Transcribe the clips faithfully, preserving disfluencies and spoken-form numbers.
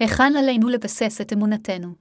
היכן עלינו לבסס את אמונתנו?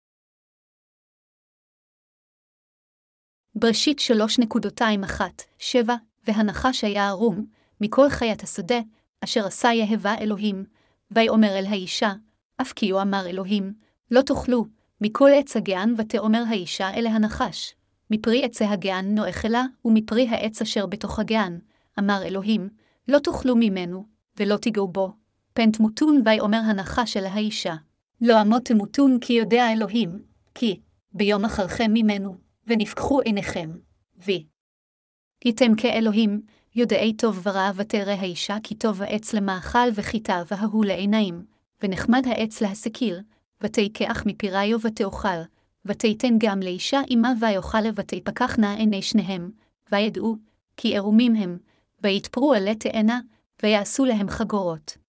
בראשית שלוש אחת שבע, והנחש היה ערום, מכל חיית השדה, אשר עשה יהבה אלוהים, ויאמר אל האישה, אף כי הוא אמר אלוהים, לא תאכלו, מכל עץ הגן ותאמר האישה אל הנחש, מפרי עץ הגן נאכלה, ומפרי העץ אשר בתוך הגן, אמר אלוהים, לא תאכלו ממנו, ולא תיגעו בו, פן תמותון. ויאמר הנחש אל האישה, לא אמות תמותון כי יודע אלוהים, כי ביום אכלכם ממנו, ונפקחו עיניכם, וי. הייתם כאלוהים, יודעי טוב ורע. ותרא האישה כי טוב העץ למאכל וכי טוב ההוא לעיניים, ונחמד העץ להשכיל, ותיקח מפיריו ותאכל, ותיתן גם לאישה עמה ויאכל, ותפקחנה עיני שניהם, וידעו, כי ערומים הם, ויתפרו עלי תאנה, ויעשו להם חגורות.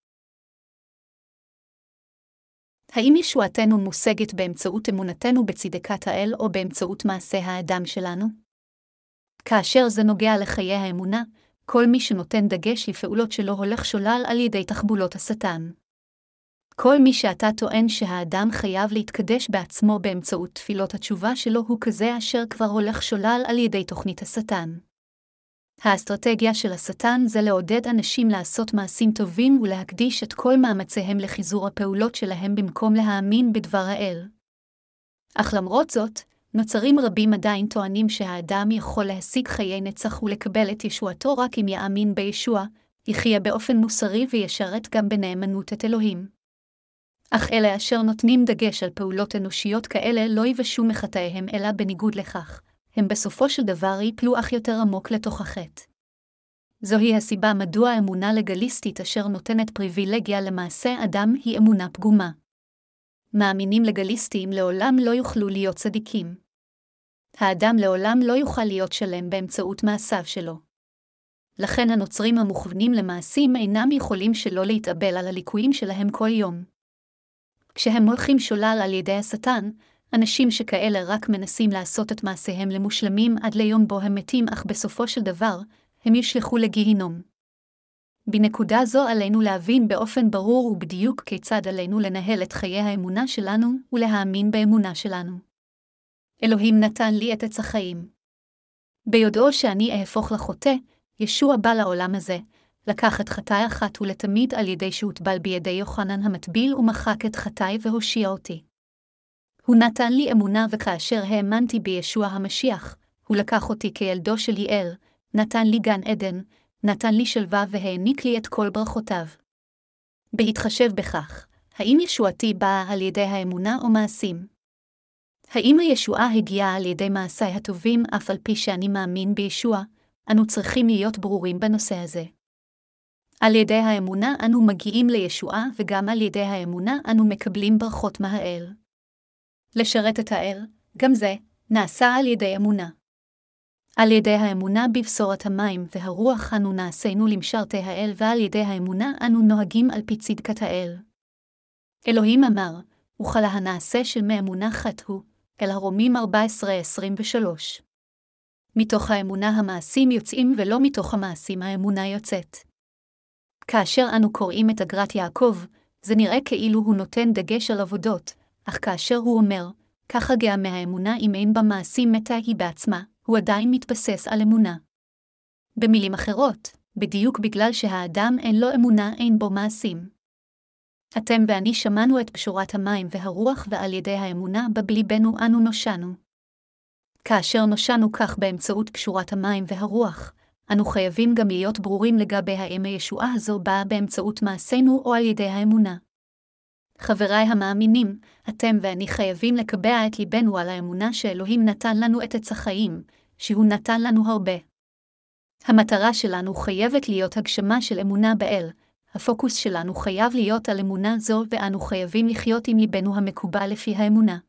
האם ישועתנו מושגת באמצעות אמונתנו בצדקת האל או באמצעות מעשה האדם שלנו? כאשר זה נוגע לחיי האמונה, כל מי שנותן דגש לפעולות שלו הולך שולל על ידי תחבולות השטן. כל מי שאתה טוען שהאדם חייב להתקדש בעצמו באמצעות תפילות התשובה שלו הוא כזה אשר כבר הולך שולל על ידי תוכנית השטן. האסטרטגיה של השטן זה לעודד אנשים לעשות מעשים טובים ולהקדיש את כל מאמציהם לחיזור הפעולות שלהם במקום להאמין בדבר האל. אך למרות זאת, נוצרים רבים עדיין טוענים שהאדם יכול להשיג חיי נצח ולקבל את ישועתו רק אם יאמין בישוע, יחיה באופן מוסרי וישרת גם בנאמנות את אלוהים. אך אלה אשר נותנים דגש על פעולות אנושיות כאלה לא יבשו מחטאיהם אלא בניגוד לכך. הם בסופו של דבר ייפלו אך יותר עמוק לתוך החטא. זוהי הסיבה מדוע אמונה לגליסטית אשר נותנת פריבילגיה למעשה אדם היא אמונה פגומה. מאמינים לגליסטיים לעולם לא יוכלו להיות צדיקים. האדם לעולם לא יוכל להיות שלם באמצעות מעשיו שלו. לכן הנוצרים המוכוונים למעשים אינם יכולים שלא להתאבל על הליקויים שלהם כל יום. כשהם הולכים שולל על ידי השטן, אנשים שכאלה רק מנסים לעשות את מעשיהם למושלמים עד ליום בו הם מתים, אך בסופו של דבר, הם ישלחו לגיהינום. בנקודה זו עלינו להבין באופן ברור ובדיוק כיצד עלינו לנהל את חיי האמונה שלנו ולהאמין באמונה שלנו. אלוהים נתן לי את עץ החיים. ביודעו שאני אהפוך לחוטא, ישוע בא לעולם הזה, לקח את חטאי אחת ולתמיד על ידי שהוטבל בידי יוחנן המטביל ומחק את חטאי והושיע אותי. הוא נתן לי אמונה, וכאשר האמנתי בישוע המשיח, הוא לקח אותי כילדו של יעל, נתן לי גן עדן, נתן לי שלווה והעניק לי את כל ברכותיו. בהתחשב בכך, האם ישועתי באה על ידי האמונה או מעשים? האם הישועה הגיעה על ידי מעשיי הטובים אף על פי שאני מאמין בישוע? אנו צריכים להיות ברורים בנושא הזה. על ידי האמונה אנו מגיעים לישועה, וגם על ידי האמונה אנו מקבלים ברכות מהאל. לשרת את האל, גם זה, נעשה על ידי אמונה. על ידי האמונה בבשורת המים והרוח אנו נעשינו למשרתי האל, ועל ידי האמונה אנו נוהגים על פי צדקת האל. אלוהים אמר, וכלה הנעשה של מאמונה חטאו, אל הרומים ארבע עשרה עשרים ושלוש. מתוך האמונה המעשים יוצאים ולא מתוך המעשים האמונה יוצאת. כאשר אנו קוראים את אגרת יעקב, זה נראה כאילו הוא נותן דגש על עבודות, אך כאשר הוא אומר, ככה גאה מהאמונה אם אין בה מעשים מתה היא בעצמה, הוא עדיין מתבסס על אמונה. במילים אחרות, בדיוק בגלל שהאדם אין לו אמונה אין בו מעשים. אתם ואני שמענו את בשורת המים והרוח, ועל ידי האמונה בליבנו אנו נושענו. כאשר נושענו כך באמצעות בשורת המים והרוח, אנו חייבים גם להיות ברורים לגבי האם הישועה הזו באה באמצעות מעשינו או על ידי האמונה. חבריי המאמינים, אתם ואני חייבים לקבע את ליבנו על האמונה שאלוהים נתן לנו את עץ החיים, שהוא נתן לנו הרבה. המטרה שלנו חייבת להיות הגשמה של אמונה באל, הפוקוס שלנו חייב להיות על אמונה זו, ואנו חייבים לחיות עם ליבנו המקובל לפי האמונה.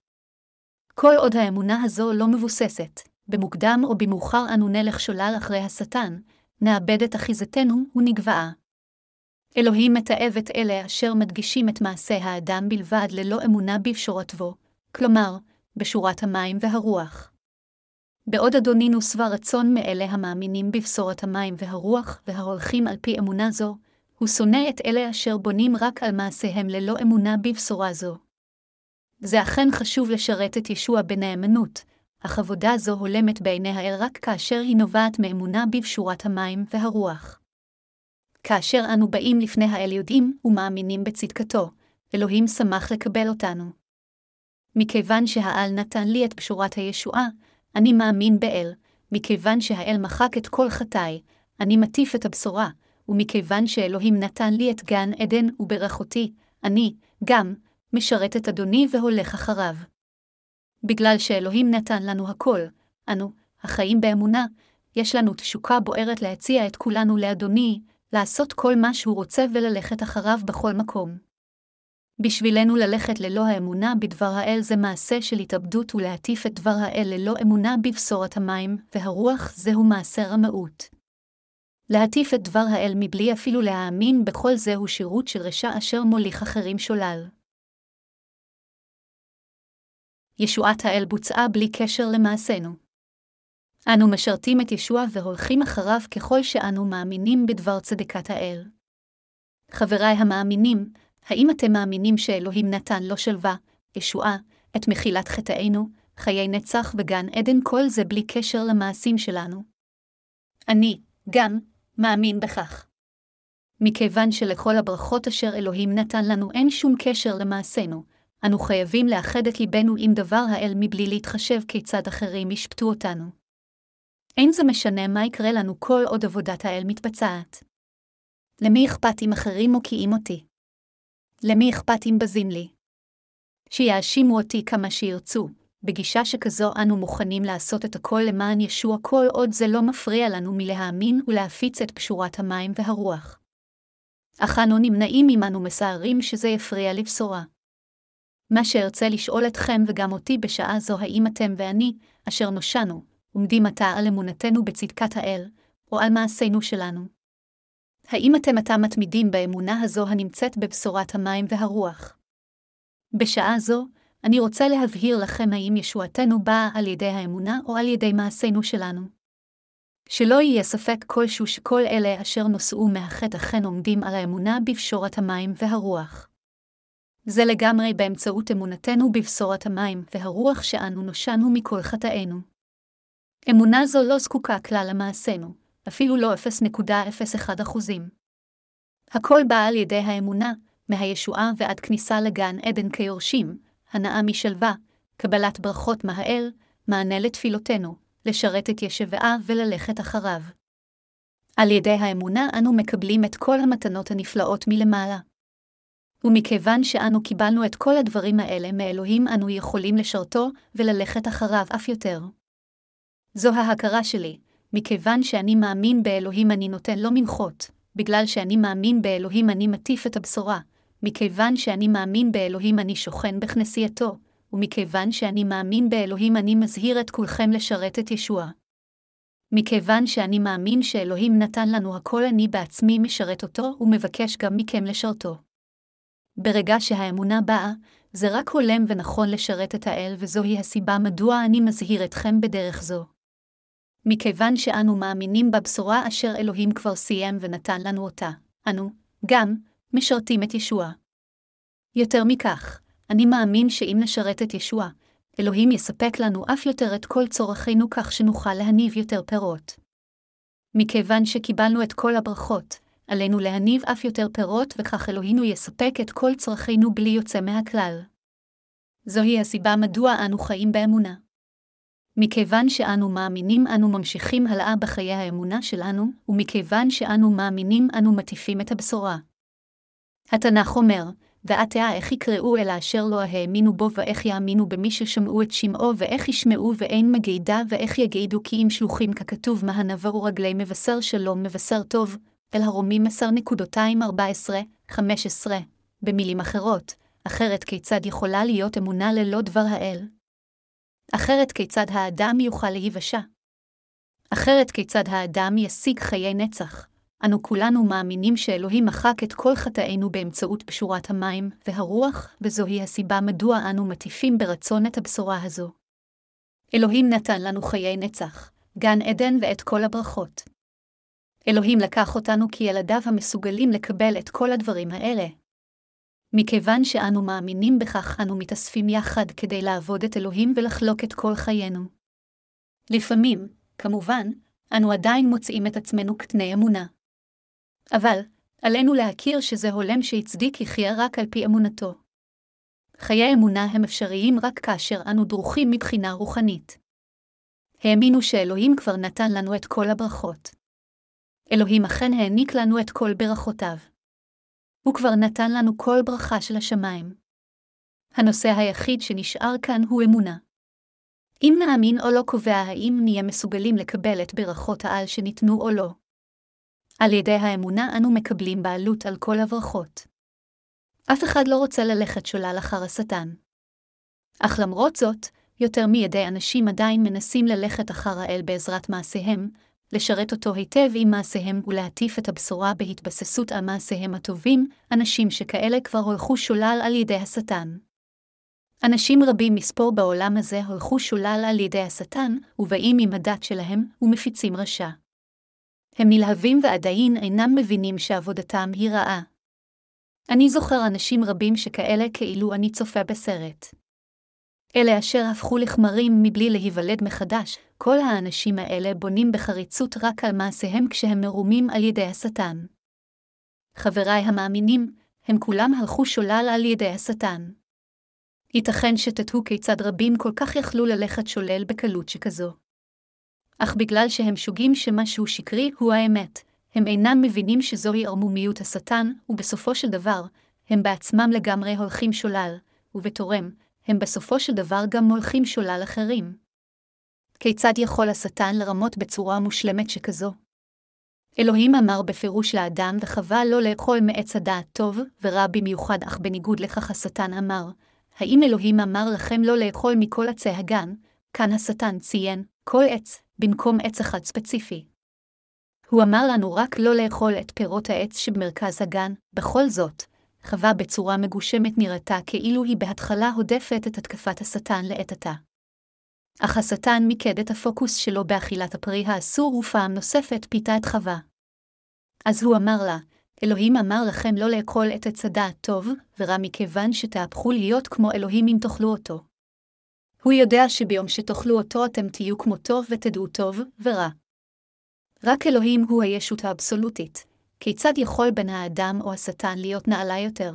כל עוד האמונה הזו לא מבוססת, במוקדם או במאוחר אנו נלך שולל אחרי השטן, נאבד את אחיזתנו ונגבעה. אלוהים מתעב את אלה אשר מדגישים את מעשה האדם בלבד ללא אמונה בבשורתו, כלומר, בשורת המים והרוח. בעוד אדונינו שבע רצון מאלה המאמינים בבשורת המים והרוח וההולכים על פי אמונה זו, הוא שונא את אלה אשר בונים רק על מעשיהם ללא אמונה בבשורה זו. זה אכן חשוב לשרת את ישוע בנאמנות, אך עבודה זו הולמת בעיני האל רק כאשר היא נובעת מאמונה בבשורת המים והרוח. כאשר אנו באים לפני האל יודעים ומאמינים בצדקתו, אלוהים שמח לקבל אותנו. מכיוון שהאל נתן לי את בשורת הישועה, אני מאמין באל, מכיוון שהאל מחק את כל חטאי, אני מטיף את הבשורה, ומכיוון שאלוהים נתן לי את גן עדן וברך אותי, אני, גם, משרת את אדוני והולך אחריו. בגלל שאלוהים נתן לנו הכל, אנו, החיים באמונה, יש לנו תשוקה בוערת להציע את כולנו לאדוני, לעשות כל מה שהוא רוצה וללכת אחריו בכל מקום. בשבילנו ללכת ללא האמונה בדבר האל זה מעשה של התאבדות ולהטיף את דבר האל ללא אמונה בבשורת המים והרוח זהו מעשה רמאות. להטיף את דבר האל מבלי אפילו להאמין בכל זהו שירות של רשע אשר מוליך אחרים שולל. ישועת האל בוצעה בלי קשר למעשינו. אנו משרתים את ישוע והולכים אחריו ככל שאנו מאמינים בדבר צדקת האל. חבריי המאמינים, האם אתם מאמינים שאלוהים נתן לו שלווה, ישועה, את מחילת חטאינו, חיי נצח וגן עדן כל זה בלי קשר למעשים שלנו? אני, גם, מאמין בכך. מכיוון שלכל הברכות אשר אלוהים נתן לנו אין שום קשר למעשינו, אנו חייבים לאחד את ליבנו עם דבר האל מבלי להתחשב כיצד אחרים ישפטו אותנו. אין זה משנה מה יקרה לנו כל עוד עבודת האל מתבצעת. למי אכפת אם אחרים מוקיעים אותי? למי אכפת אם בזים לי? שיאשימו אותי כמה שירצו, בגישה שכזו אנו מוכנים לעשות את הכל למען ישוע כל עוד זה לא מפריע לנו מלהאמין ולהפיץ את בשורת המים והרוח. אך אנו נמנעים אם אנו מסערים שזה יפריע לבשורה. מה שארצה לשאול אתכם וגם אותי בשעה זו האם אתם ואני, אשר נושענו, עומדים עתה על אמונתנו בצדקת האל, או על מעשינו שלנו? האם אתם עתה מתמידים באמונה הזו הנמצאת בבשורת המים והרוח? בשעה זו, אני רוצה להבהיר לכם האם ישועתנו באה על ידי האמונה או על ידי מעשינו שלנו. שלא יהיה ספק כלשהו שכל אלה אשר נושאו מהחטא אכן עומדים על האמונה בבשורת המים והרוח. זה לגמרי באמצעות אמונתנו בבשורת המים והרוח שאנו נושענו מכל חטאינו. אמונה זו לא זקוקה כלל למעשינו, אפילו לא אפס נקודה אפס אחת אחוזים. הכל בא על ידי האמונה, מהישועה ועד כניסה לגן עדן כיורשים, הנאה משלווה, קבלת ברכות מהאל, מענה לתפילותינו, לשרת את ישבעה וללכת אחריו. על ידי האמונה אנו מקבלים את כל המתנות הנפלאות מלמעלה. ומכיוון שאנו קיבלנו את כל הדברים האלה מאלוהים אנו יכולים לשרתו וללכת אחריו אף יותר. זו ההכרה שלי, מכיוון שאני מאמין באלוהים אני נותן לו מנחות, בגלל שאני מאמין באלוהים אני מטיף את הבשורה, מכיוון שאני מאמין באלוהים אני שוכן בכנסייתו, ומכיוון שאני מאמין באלוהים אני מזהיר את כולכם לשרת את ישוע. מכיוון שאני מאמין שאלוהים נתן לנו הכל אני בעצמי משרת אותו ומבקש גם מכם לשרתו. ברגע שהאמונה באה, זה רק הולם ונכון לשרת את האל וזוהי הסיבה מדוע אני מזהיר אתכם בדרך זו. מכיוון שאנו מאמינים בבשורה אשר אלוהים כבר סיים ונתן לנו אותה, אנו, גם, משרתים את ישוע. יותר מכך, אני מאמין שאם נשרת את ישוע, אלוהים יספק לנו אף יותר את כל צורכינו כך שנוכל להניב יותר פירות. מכיוון שקיבלנו את כל הברכות, עלינו להניב אף יותר פירות וכך אלוהינו יספק את כל צרכינו בלי יוצא מהכלל. זוהי הסיבה מדוע אנו חיים באמונה. מכיוון שאנו מאמינים אנו ממשיכים הלאה בחיי האמונה שלנו, ומכיוון שאנו מאמינים אנו מטיפים את הבשורה. התנ"ך אומר, ועתה איך יקראו אל אשר לא האמינו בו ואיך יאמינו במי ששמעו את שמעו ואיך ישמעו ואין מגידה ואיך יגידו כי אם שלוחים ככתוב מהנברו רגלי מבשר שלום מבשר טוב, אל הרומים עשר נקודתיים ארבע עשרה, חמש עשרה, במילים אחרות, אחרת כיצד יכולה להיות אמונה ללא דבר האל? אחרת כיצד האדם יוכל להיוושע? אחרת כיצד האדם ישיג חיי נצח? אנו כולנו מאמינים שאלוהים מחק את כל חטאינו באמצעות בשורת המים והרוח, וזוהי הסיבה מדוע אנו מטיפים ברצון את הבשורה הזו. אלוהים נתן לנו חיי נצח, גן עדן ואת כל הברכות. אלוהים לקח אותנו כילדיו המסוגלים לקבל את כל הדברים האלה. מכיוון שאנו מאמינים בכך, אנו מתאספים יחד כדי לעבוד את אלוהים ולחלוק את כל חיינו. לפעמים, כמובן, אנו עדיין מוצאים את עצמנו קטני אמונה. אבל, עלינו להכיר שזה הולם שהצדיק יחיה רק על פי אמונתו. חיי אמונה הם אפשריים רק כאשר אנו דרוכים מבחינה רוחנית. האמינו שאלוהים כבר נתן לנו את כל הברכות. אלוהים אכן העניק לנו את כל ברכותיו. הוא כבר נתן לנו כל ברכה של השמיים. הנושא היחיד שנשאר כאן הוא אמונה. אם נאמין או לא קובע האם נהיה מסוגלים לקבל את ברכות העל שניתנו או לא. על ידי האמונה אנו מקבלים בעלות על כל הברכות. אף אחד לא רוצה ללכת שולל אחר השטן. אך למרות זאת, יותר מידי אנשים עדיין מנסים ללכת אחר האל בעזרת מעשיהם, לשרת אותו היטב עם מעשיהם ולהטיף את הבשורה בהתבססות על מעשיהם הטובים. אנשים שכאלה כבר הולכו שולל על ידי השטן. אנשים רבים מספור בעולם הזה הולכו שולל על ידי השטן, ובאים עם הדת שלהם ומפיצים רשע. הם נלהבים ועדיין אינם מבינים שעבודתם היא רעה. אני זוכר אנשים רבים שכאלה כאילו אני צופה בסרט. אלה אשר הפכו לחמרים מבלי להיוולד מחדש, כל האנשים האלה בונים בחריצות רק על מעשיהם כשהם מרומים על ידי השטן. חבריי המאמינים, הם כולם הלכו שולל על ידי השטן. ייתכן שתתהו כיצד רבים כל כך יכלו ללכת שולל בקלות שכזו. אך בגלל שהם שוגים שמשהו שקרי הוא האמת, הם אינם מבינים שזוהי ערמומיות השטן, ובסופו של דבר, הם בעצמם לגמרי הולכים שולל, ובתורם, הם בסופו של דבר גם הולכים שולל אחרים. כיצד יכול השטן לרמות בצורה מושלמת שכזו? אלוהים אמר בפירוש לאדם וחווה לא לאכול מעץ הדעת טוב ורע במיוחד, אך בניגוד לכך השטן אמר, האם אלוהים אמר לכם לא לאכול מכל עצי הגן? כאן השטן ציין, כל עץ, במקום עץ אחד ספציפי. הוא אמר לנו רק לא לאכול את פירות העץ שבמרכז הגן. בכל זאת, חווה בצורה מגושמת נראתה כאילו היא בהתחלה הודפת את התקפת השטן לעת עתה. אך השטן מיקד את הפוקוס שלו באכילת הפרי האסור ופעם נוספת פיתה את חווה. אז הוא אמר לה, אלוהים אמר לכם לא לאכול את עץ הדעת טוב ורע מכיוון שתהפכו להיות כמו אלוהים אם תאכלו אותו. הוא יודע שביום שתאכלו אותו אתם תהיו כמותו ותדעו טוב ורע. רק אלוהים הוא הישות האבסולוטית. כיצד יכול בן האדם או השטן להיות נעלה יותר?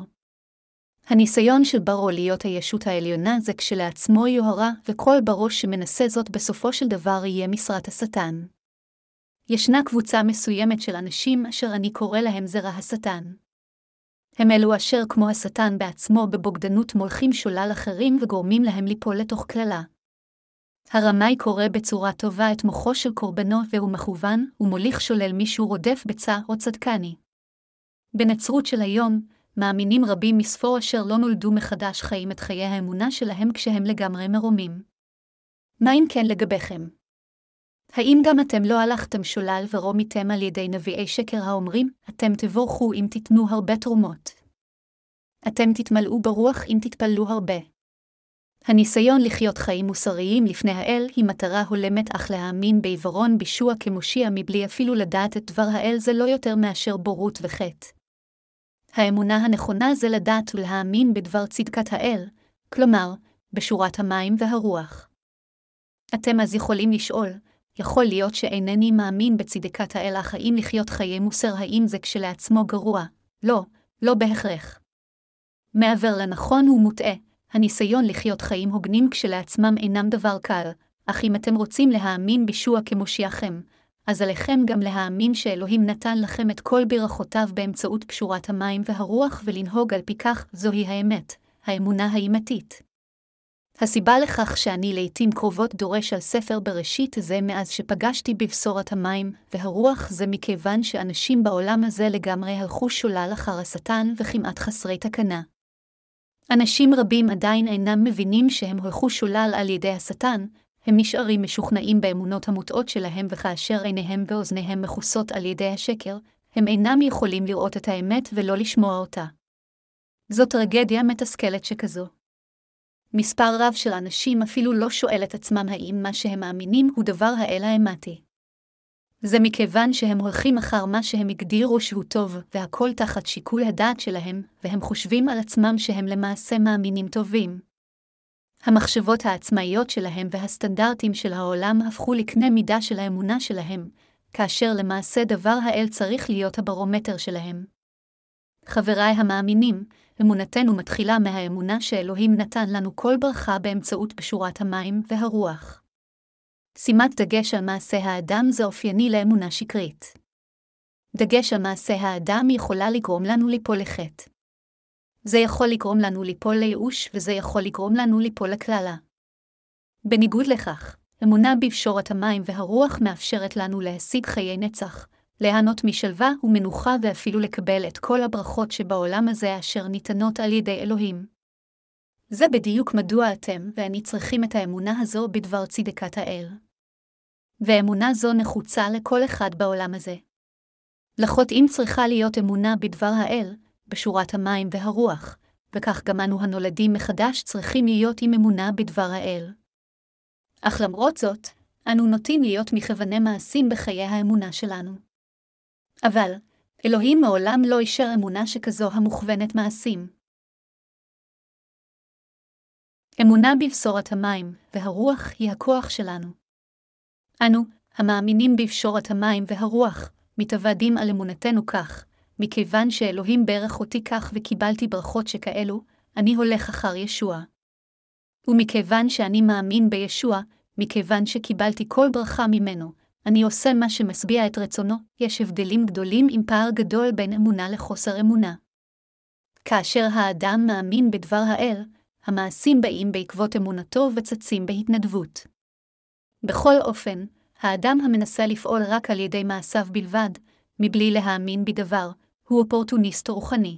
הניסיון של ברו להיות הישות העליונה זה כשלעצמו יוהרה, וכל ברו שמנסה זאת בסופו של דבר יהיה משרת השטן. ישנה קבוצה מסוימת של אנשים אשר אני קורא להם זרע השטן. הם אלו אשר כמו השטן בעצמו בבוגדנות מולכים שולל אחרים וגורמים להם ליפול לתוך כללה. הרמאי קורא בצורה טובה את מוחו של קורבנו והוא מכוון ומוליך שולל מישהו רודף בצע או צדקני. בנצרות של היום, מאמינים רבים מספור אשר לא נולדו מחדש חיים את חיי האמונה שלהם כשהם לגמרי מרומים. מה אם כן לגביכם? האם גם אתם לא הלכתם שולל ורומיתם על ידי נביאי שקר האומרים, אתם תבורכו אם תיתנו הרבה תרומות? אתם תתמלאו ברוח אם תתפללו הרבה. הניסיון לחיות חיים מוסריים לפני האל היא מטרה הולמת, אך להאמין בעיוורון בישוע כמושיע מבלי אפילו לדעת את דבר האל זה לא יותר מאשר בורות וחטא. האמונה הנכונה זה לדעת ולהאמין בדבר צדקת האל, כלומר, בשורת המים והרוח. אתם אז יכולים לשאול, יכול להיות שאינני מאמין בצדקת האל, אך האם לחיות חיי מוסר האם זה כשלעצמו גרוע? לא, לא בהכרח. מעבר לנכון ומוטעה, הניסיון לחיות חיים הוגנים כשלעצמם אינם דבר קל, אך אם אתם רוצים להאמין בישוע כמושיעכם, אז עליכם גם להאמין שאלוהים נתן לכם את כל ברכותיו באמצעות פשורת המים והרוח ולנהוג על פי כך. זוהי האמת, האמונה האימתית. הסיבה לכך שאני לעתים קרובות דורש על ספר בראשית זה מאז שפגשתי בבשורת המים והרוח זה מכיוון שאנשים בעולם הזה לגמרי הלכו שולל אחר השטן וכמעט חסרי תקנה. אנשים רבים עדיין אינם מבינים שהם הלכו שולל על ידי השטן, הם נשארים משוכנעים באמונות המוטעות שלהם וכאשר עיניהם ואוזניהם מכוסות על ידי השקר, הם אינם יכולים לראות את האמת ולא לשמוע אותה. זאת טרגדיה מתסכלת שכזו. מספר רב של אנשים אפילו לא שואל את עצמם האם מה שהם מאמינים הוא דבר האל האמתי. זה מכיוון שהם הולכים אחר מה שהם הגדירו שהוא טוב, והכל תחת שיקול הדעת שלהם, והם חושבים על עצמם שהם למעשה מאמינים טובים. המחשבות העצמאיות שלהם והסטנדרטים של העולם הפכו לקנה מידה של האמונה שלהם, כאשר למעשה דבר האל צריך להיות הברומטר שלהם. חבריי המאמינים, אמונתנו מתחילה מהאמונה שאלוהים נתן לנו כל ברכה באמצעות בשורת המים והרוח. שימת דגש על מעשה האדם זה אופייני לאמונה שקרית. דגש על מעשה האדם יכולה לגרום לנו ליפול לחטא. זה יכול לגרום לנו ליפול לייאוש, וזה יכול לגרום לנו ליפול לקללה. בניגוד לכך, אמונה בבשורת המים והרוח מאפשרת לנו להשיג חיי נצח, ליהנות משלווה ומנוחה ואפילו לקבל את כל הברכות שבעולם הזה אשר ניתנות על ידי אלוהים. זה בדיוק מדוע אתם ואני צריכים את האמונה הזו בדבר צדקת האל. ואמונה זו נחוצה לכל אחד בעולם הזה. לחוטאים צריכה להיות אמונה בדבר האל, בשורת המים והרוח, וכך גם אנו הנולדים מחדש צריכים להיות עם אמונה בדבר האל. אך למרות זאת, אנו נוטים להיות מכווני מעשים בחיי האמונה שלנו. אבל, אלוהים מעולם לא אישר אמונה שכזו המוכוונת מעשים. אמונה בבשורת המים והרוח היא הכוח שלנו. אנו, המאמינים בבשורת המים והרוח, מתוועדים על אמונתנו כך, מכיוון שאלוהים ברך אותי כך וקיבלתי ברכות שכאלו, אני הולך אחר ישוע. ומכיוון שאני מאמין בישוע, מכיוון שקיבלתי כל ברכה ממנו, אני עושה מה שמשביע את רצונו. יש הבדלים גדולים עם פער גדול בין אמונה לחוסר אמונה. כאשר האדם מאמין בדבר האל, המעשים באים בעקבות אמונתו וצצים בהתנדבות. בכל אופן, האדם המנסה לפעול רק על ידי מעשיו בלבד, מבלי להאמין בדבר, הוא אופורטוניסט רוחני.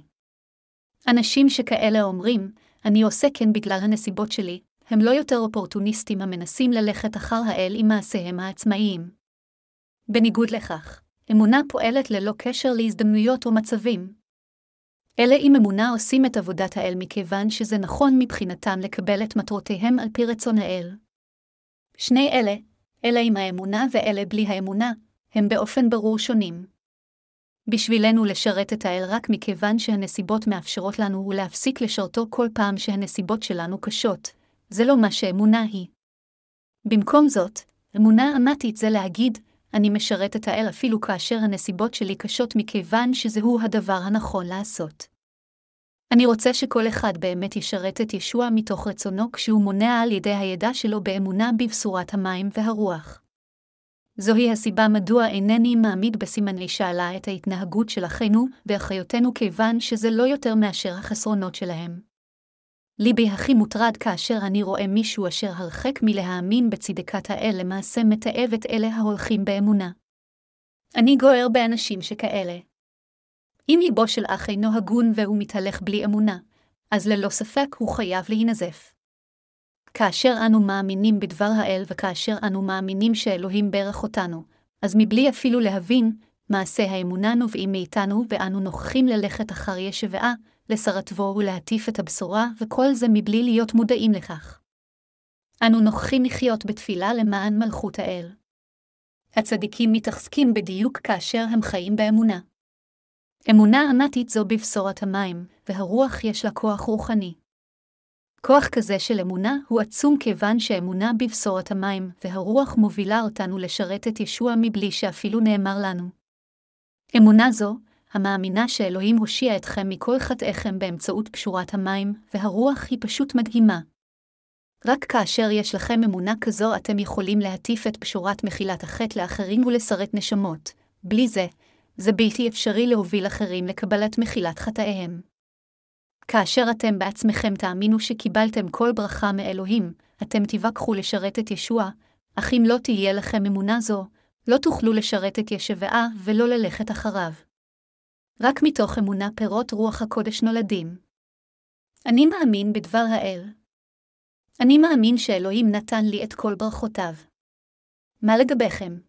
אנשים שכאלה אומרים, אני עושה כן בגלל הנסיבות שלי, הם לא יותר אופורטוניסטים המנסים ללכת אחר האל עם מעשיהם העצמאיים. בניגוד לכך, אמונה פועלת ללא קשר להזדמנויות או מצבים. אלה עם אמונה עושים את עבודת האל מכיוון שזה נכון מבחינתם לקבל את מטרותיהם על פי רצון האל. שני אלה, אלה עם האמונה ואלה בלי האמונה, הם באופן ברור שונים. בשבילנו לשרת את האל רק מכיוון שהנסיבות מאפשרות לנו ולהפסיק לשרתו כל פעם שהנסיבות שלנו קשות, זה לא מה שאמונה היא. במקום זאת, אמונה אמיתית זה להגיד, אני משרת את האל אפילו כאשר הנסיבות שלי קשות מכיוון שזהו הדבר הנכון לעשות. אני רוצה שכל אחד באמת ישרת את ישוע מתוך רצונו כשהוא מונע על ידי הידע שלו באמונה בבשורת המים והרוח. זוהי הסיבה מדוע אינני מעמיד בסימני שאלה את ההתנהגות של אחינו ואחיותינו כיוון שזה לא יותר מאשר החסרונות שלהם. ליבי הכי מוטרד כאשר אני רואה מישהו אשר הרחק מלהאמין בצדקת האל למעשה מתעב את אלה ההולכים באמונה. אני גוער באנשים שכאלה. אם ליבו של אח אינו הגון והוא מתהלך בלי אמונה, אז ללא ספק הוא חייב להינזף. כאשר אנו מאמינים בדבר האל וכאשר אנו מאמינים שאלוהים ברך אותנו, אז מבלי אפילו להבין, מעשה האמונה נובעים מאיתנו ואנו נוכחים ללכת אחר ישבעה, לסרטבו ולהטיף את הבשורה וכל זה מבלי להיות מודעים לכך. אנו נוכחים לחיות בתפילה למען מלכות האל. הצדיקים מתעסקים בדיוק כאשר הם חיים באמונה. אמונה אמיתית זו בבשורת המים, והרוח יש לה כוח רוחני. כוח כזה של אמונה הוא עצום כיוון שאמונה בבשורת המים והרוח מובילה אותנו לשרת את ישוע מבלי שאפילו נאמר לנו. אמונה זו, המאמינה שאלוהים הושיע אתכם מכל חטאיכם באמצעות בשורת המים והרוח היא פשוט מדהימה. רק כאשר יש לכם אמונה כזו אתם יכולים להטיף את בשורת מחילת החטא לאחרים ולשרת נשמות. בלי זה, זה בלתי אפשרי להוביל אחרים לקבלת מחילת חטאיהם. כאשר אתם בעצמכם תאמינו שקיבלתם כל ברכה מאלוהים, אתם תיווכחו לשרת את ישוע, אך אם לא תהיה לכם אמונה זו, לא תוכלו לשרת את ישוע ולא ללכת אחריו. רק מתוך אמונה פירות רוח הקודש נולדים. אני מאמין בדבר האל. אני מאמין שאלוהים נתן לי את כל ברכותיו. מה לגביכם?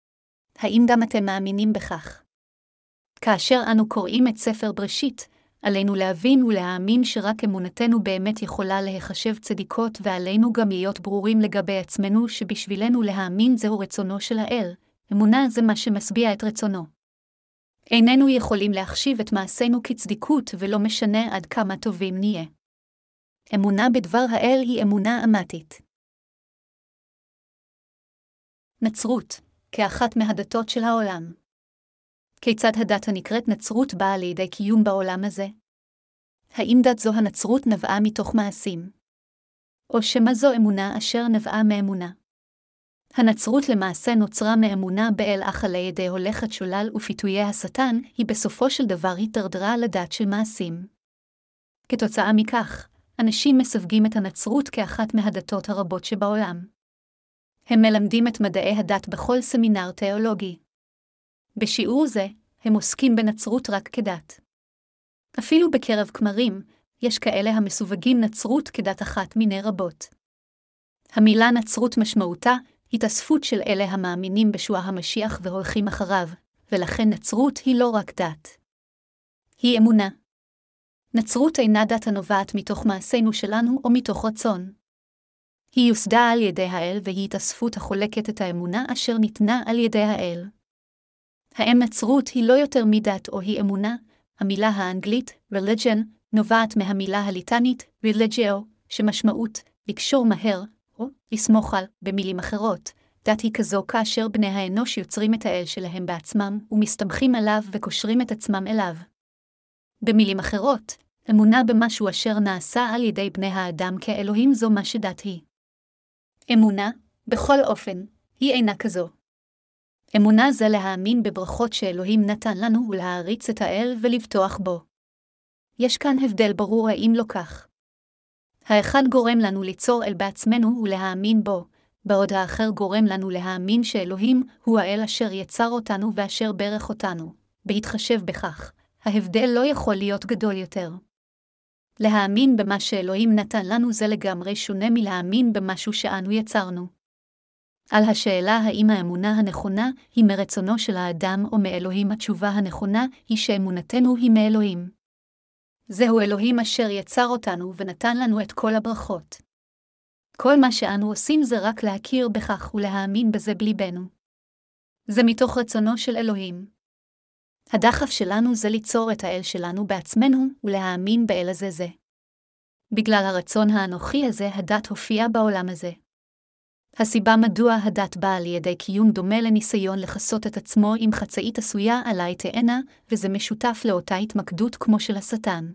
האם גם אתם מאמינים בכך? כאשר אנו קוראים את ספר בראשית, עלינו להבין ולהאמין שרק אמונתנו באמת יכולה להיחשב צדיקות ועלינו גם להיות ברורים לגבי עצמנו שבשבילנו להאמין זהו רצונו של האל, אמונה זה מה שמשביע את רצונו. איננו יכולים להחשיב את מעשינו כצדיקות ולא משנה עד כמה טובים נהיה. אמונה בדבר האל היא אמונה אמתית. נצרות, כאחת מהדתות של העולם. כיצד הדת הנקראת נצרות באה לידי קיום בעולם הזה? האם דת זו הנצרות נבעה מתוך מעשים? או שמא זו אמונה אשר נבעה מאמונה? הנצרות למעשה נוצרה מאמונה באל אך על ידי הולכת שולל ופיתויי השטן, היא בסופו של דבר התדרדרה לדת של מעשים. כתוצאה מכך, אנשים מסווגים את הנצרות כאחת מהדתות הרבות שבעולם. הם מלמדים את מדעי הדת בכל סמינר תיאולוגי. בשיעור זה, הם עוסקים בנצרות רק כדת. אפילו בקרב כמרים, יש כאלה המסווגים נצרות כדת אחת מיני רבות. המילה נצרות משמעותה, התאספות של אלה המאמינים בישוע המשיח והולכים אחריו, ולכן נצרות היא לא רק דת. היא אמונה. נצרות אינה דת הנובעת מתוך מעשינו שלנו או מתוך רצון. היא יוסדה על ידי האל והיא התאספות החולקת את האמונה אשר ניתנה על ידי האל. האם נצרות היא לא יותר מדת או היא אמונה, המילה האנגלית, religion, נובעת מהמילה הליטנית, religio, שמשמעות, לקשור מהר, או לסמוך על, במילים אחרות. דת היא כזו כאשר בני האנוש יוצרים את האל שלהם בעצמם, ומסתמכים עליו וקושרים את עצמם אליו. במילים אחרות, אמונה במשהו אשר נעשה על ידי בני האדם כאלוהים זו מה שדת היא. אמונה, בכל אופן, היא אינה כזו. אמונה זה להאמין בברכות שאלוהים נתן לנו ולהעריץ את האל ולבטוח בו. יש כאן הבדל ברור האם לא כך. האחד גורם לנו ליצור אל בעצמנו ולהאמין בו, בעוד האחר גורם לנו להאמין שאלוהים הוא האל אשר יצר אותנו ואשר ברך אותנו. בהתחשב בכך, ההבדל לא יכול להיות גדול יותר. להאמין במה שאלוהים נתן לנו זה לגמרי שונה מלהאמין במשהו שאנו יצרנו. על השאלה האם האמונה הנכונה היא מרצונו של האדם או מאלוהים, התשובה הנכונה היא שאמונתנו היא מאלוהים. זהו אלוהים אשר יצר אותנו ונתן לנו את כל הברכות. כל מה שאנו עושים זה רק להכיר בכך ולהאמין בזה בליבנו. זה מתוך רצונו של אלוהים. הדחף שלנו זה ליצור את האל שלנו בעצמנו ולהאמין באל הזה זה. בגלל הרצון האנוכי הזה הדת הופיעה בעולם הזה. הסיבה מדוע הדת באה לידי קיום דומה לניסיון לחסות את עצמו עם חצאית עשויה עלי תאנה, וזה משותף לאותה התמקדות כמו של השטן.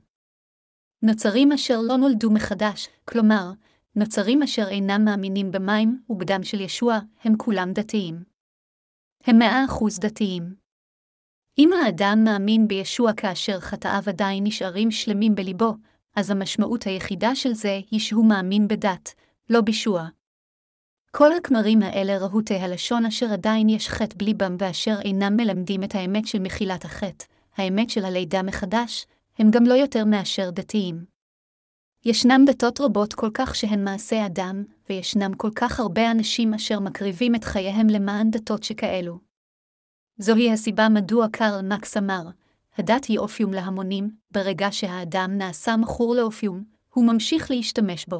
נוצרים אשר לא נולדו מחדש, כלומר, נוצרים אשר אינם מאמינים במים ובדם של ישוע, הם כולם דתיים. הם מאה אחוז דתיים. אם האדם מאמין בישוע כאשר חטאיו עדיין נשארים שלמים בליבו, אז המשמעות היחידה של זה היא שהוא מאמין בדת, לא בישוע. כל הכמרים האלה רהוטי הלשון אשר עדיין יש חטא בליבם ואשר אינם מלמדים את האמת של מחילת החטא, האמת של הלידה מחדש, הם גם לא יותר מאשר דתיים. ישנם דתות רבות כל כך שהן מעשה אדם, וישנם כל כך הרבה אנשים אשר מקריבים את חייהם למען דתות שכאלו. זוהי הסיבה מדוע קרל מקס אמר, הדת היא אופיום להמונים, ברגע שהאדם נעשה מכור לאופיום, הוא ממשיך להשתמש בו.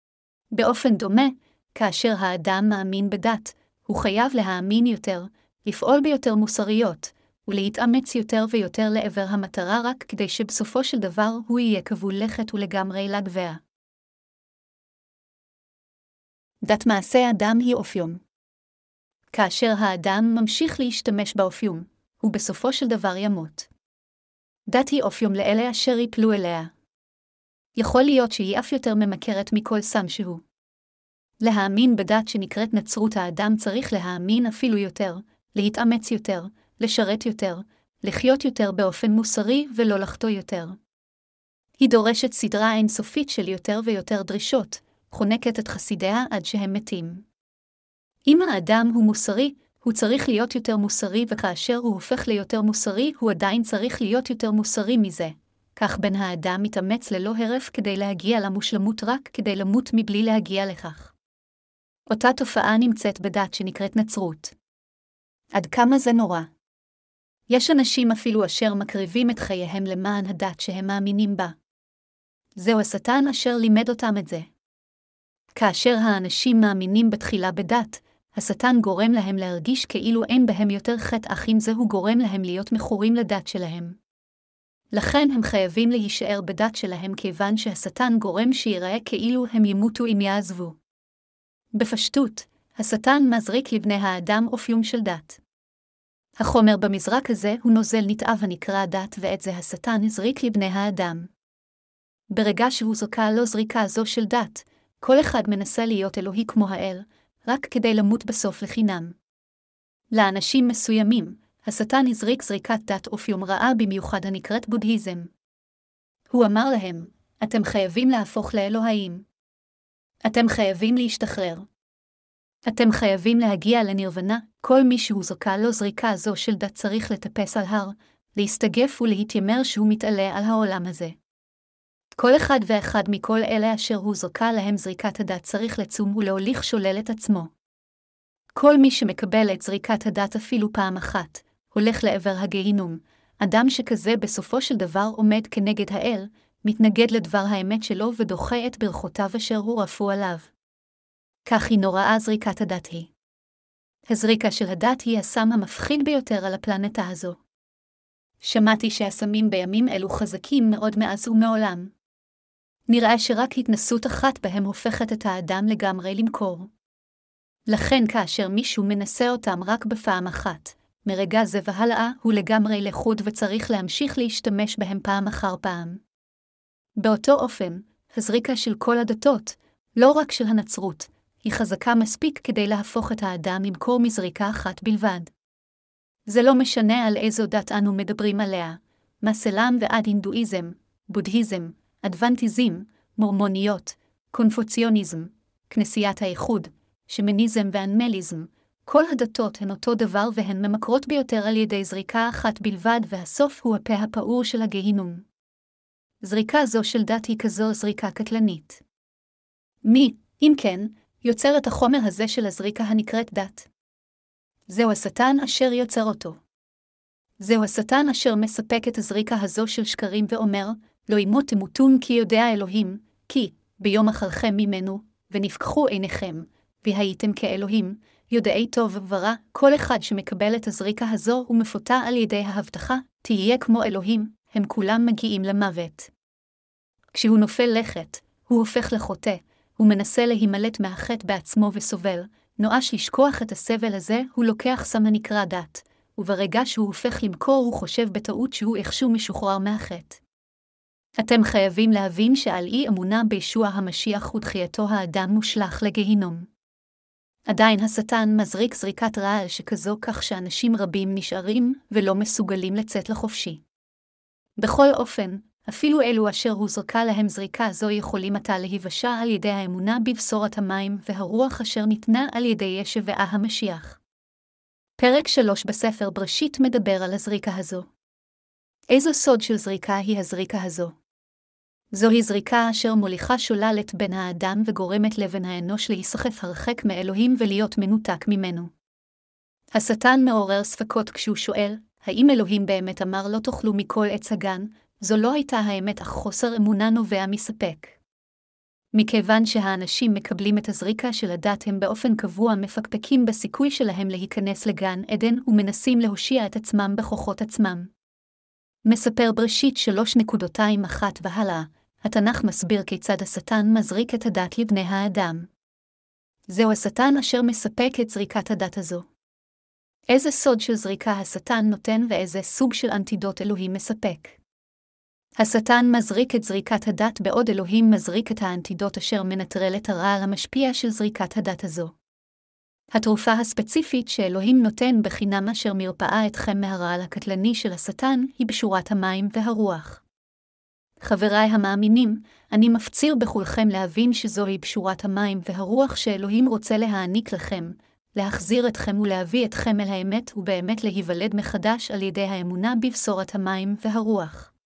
באופן דומה, כאשר האדם מאמין בדת, הוא חייב להאמין יותר, לפעול ביותר מוסריות, ולהתאמץ יותר ויותר לעבר המטרה רק כדי שבסופו של דבר הוא יהיה כבול לכת ולגמרי לגביה. דת מעשה אדם היא אופיום. כאשר האדם ממשיך להשתמש באופיום, הוא בסופו של דבר ימות. דת היא אופיום לאלה אשר יפלו אליה. יכול להיות שהיא אף יותר ממכרת מכל סם שהוא. להאמין בדת שנקראת נצרות האדם צריך להאמין אפילו יותר, להתאמץ יותר, לשרת יותר, לחיות יותר באופן מוסרי ולא לחטוא יותר. היא דורשת סדרה אינסופית של יותר ויותר דרישות, חונקת את חסידיה עד שהם מתים. אם האדם הוא מוסרי, הוא צריך להיות יותר מוסרי, וכאשר הוא הופך ליותר מוסרי, הוא עדיין צריך להיות יותר מוסרי מזה. כך בן האדם מתאמץ ללא הרף כדי להגיע למושלמות רק כדי למות מבלי להגיע לכך. אותה תופעה נמצאת בדת שנקראת נצרות. עד כמה זה נורא. יש אנשים אפילו אשר מקריבים את חייהם למען הדת שהם מאמינים בה. זהו השטן אשר לימד אותם את זה. כאשר האנשים מאמינים בתחילה בדת, השטן גורם להם להרגיש כאילו אין בהם יותר חטא, אך עם זה הוא גורם להם להיות מכורים לדת שלהם. לכן הם חייבים להישאר בדת שלהם, כיוון שהשטן גורם שיראה כאילו הם ימותו אם יעזבו. בפשטות, השטן מזריק לבני האדם אופיום של דת. החומר במזרק הזה הוא נוזל נתעב הנקרא דת, ואת זה השטן הזריק לבני האדם. ברגע שהוא זרקה לו זריקה זו של דת, כל אחד מנסה להיות אלוהי כמו האל, רק כדי למות בסוף לחינם. לאנשים מסוימים, השטן הזריק זריקת דת אופיום רעה במיוחד הנקראת בודהיזם. הוא אמר להם, אתם חייבים להפוך לאלוהים. אתם חייבים להשתחרר. אתם חייבים להגיע לנירוונה. כל מי שהוא זרקה לו זריקה זו של דת צריך לטפס על הר, להסתגף ולהתיימר שהוא מתעלה על העולם הזה. כל אחד ואחד מכל אלה אשר הוא זרקה להם זריקת הדת צריך לצום ולהוליך שולל את עצמו. כל מי שמקבל את זריקת הדת אפילו פעם אחת, הולך לעבר הגיהינום. אדם שכזה בסופו של דבר עומד כנגד האל, מתנגד לדבר האמת שלו ודוחה את ברכותיו אשר הוא רפו עליו. כך היא נוראה זריקת הדת היא. הזריקה של הדת היא הסם המפחיד ביותר על הפלנטה הזו. שמעתי שהסמים בימים אלו חזקים מאוד מאז ומעולם. נראה שרק התנסות אחת בהם הופכת את האדם לגמרי למכור. לכן כאשר מישהו מנסה אותם רק בפעם אחת, מרגע זה והלאה הוא לגמרי לחוד וצריך להמשיך להשתמש בהם פעם אחר פעם. באותו אופן, הזריקה של כל הדתות, לא רק של הנצרות, היא חזקה מספיק כדי להפוך את האדם למכור מזריקה אחת בלבד. זה לא משנה על איזו דת אנו מדברים עליה, מסלם ועד הינדואיזם, בודהיזם, אדוונטיזם, מורמוניות, קונפוציוניזם, כנסיית האיחוד, שמניזם ואנמליזם, כל הדתות הן אותו דבר והן ממכרות ביותר על ידי זריקה אחת בלבד, והסוף הוא הפה הפעור של הגיהינום. זריקה זו של דת היא כזו זריקה קטלנית. מי, אם כן, יוצר את החומר הזה של הזריקה הנקראת דת? זהו השטן אשר יוצר אותו. זהו השטן אשר מספק את הזריקה הזו של שקרים ואומר, לא ימות תמותון כי יודע אלוהים, כי ביום אכלכם ממנו, ונפקחו עיניכם, והייתם כאלוהים, יודעי טוב ורע. כל אחד שמקבל את הזריקה הזו ומפותה על ידי ההבטחה, תהיה כמו אלוהים, הם כולם מגיעים למוות. כשהוא נופל לחטא, הוא הופך לחוטא, הוא מנסה להימלט מהחטא בעצמו וסובל, נואש לשכוח את הסבל הזה, הוא לוקח סם הנקרא דת, וברגע שהוא הופך למכור הוא חושב בטעות שהוא איכשהו משוחרר מהחטא. אתם חייבים להבין שעל אי אמונה בישוע המשיח ודחייתו האדם מושלך לגיהינום. עדיין השטן מזריק זריקת רעל שכזו כך שאנשים רבים נשארים ולא מסוגלים לצאת לחופשי. בכל אופן, אפילו אלו אשר הוא זרקה להם זריקה זו יכולים עתה להיוושע על ידי האמונה בבשורת המים והרוח אשר ניתנה על ידי ישוע המשיח. פרק שלוש בספר בראשית מדבר על הזריקה הזו. איזו סוד של זריקה היא הזריקה הזו? זוהי זריקה אשר מוליכה שולל את בן האדם וגורמת לבן האנוש להיסחף הרחק מאלוהים ולהיות מנותק ממנו. השטן מעורר ספקות כשהוא שואל, האם אלוהים באמת אמר לא תאכלו מכל עץ הגן? זו לא הייתה האמת, אך חוסר אמונה נובע מספק. מכיוון שהאנשים מקבלים את הזריקה של הדת, הם באופן קבוע מפקפקים בסיכוי שלהם להיכנס לגן עדן ומנסים להושיע את עצמם בכוחות עצמם. מספר בראשית שלוש נקודותיים אחת והלאה, התנ"ך מסביר כיצד השטן מזריק את הדת לבני האדם. זהו השטן אשר מספק את זריקת הדת הזו. איזה סוד של זריקה השטן נותן ואיזה סוג של אנטידוט אלוהים מספק? השטן מזריק את זריקת הדת בעוד אלוהים מזריק את האנטידוט אשר מנטרל את הרעל המשפיע של זריקת הדת הזו. התרופה הספציפית שאלוהים נותן בחינם אשר מרפאה אתכם מהרעל הקטלני של השטן היא בשורת המים והרוח. חבריי המאמינים, אני מפציר בכולכם להבין שזוהי בשורת המים והרוח שאלוהים רוצה להעניק לכם, להחזיר אתכם ולהביא אתכם אל האמת ובאמת להיוולד מחדש על ידי האמונה בבשורת המים והרוח.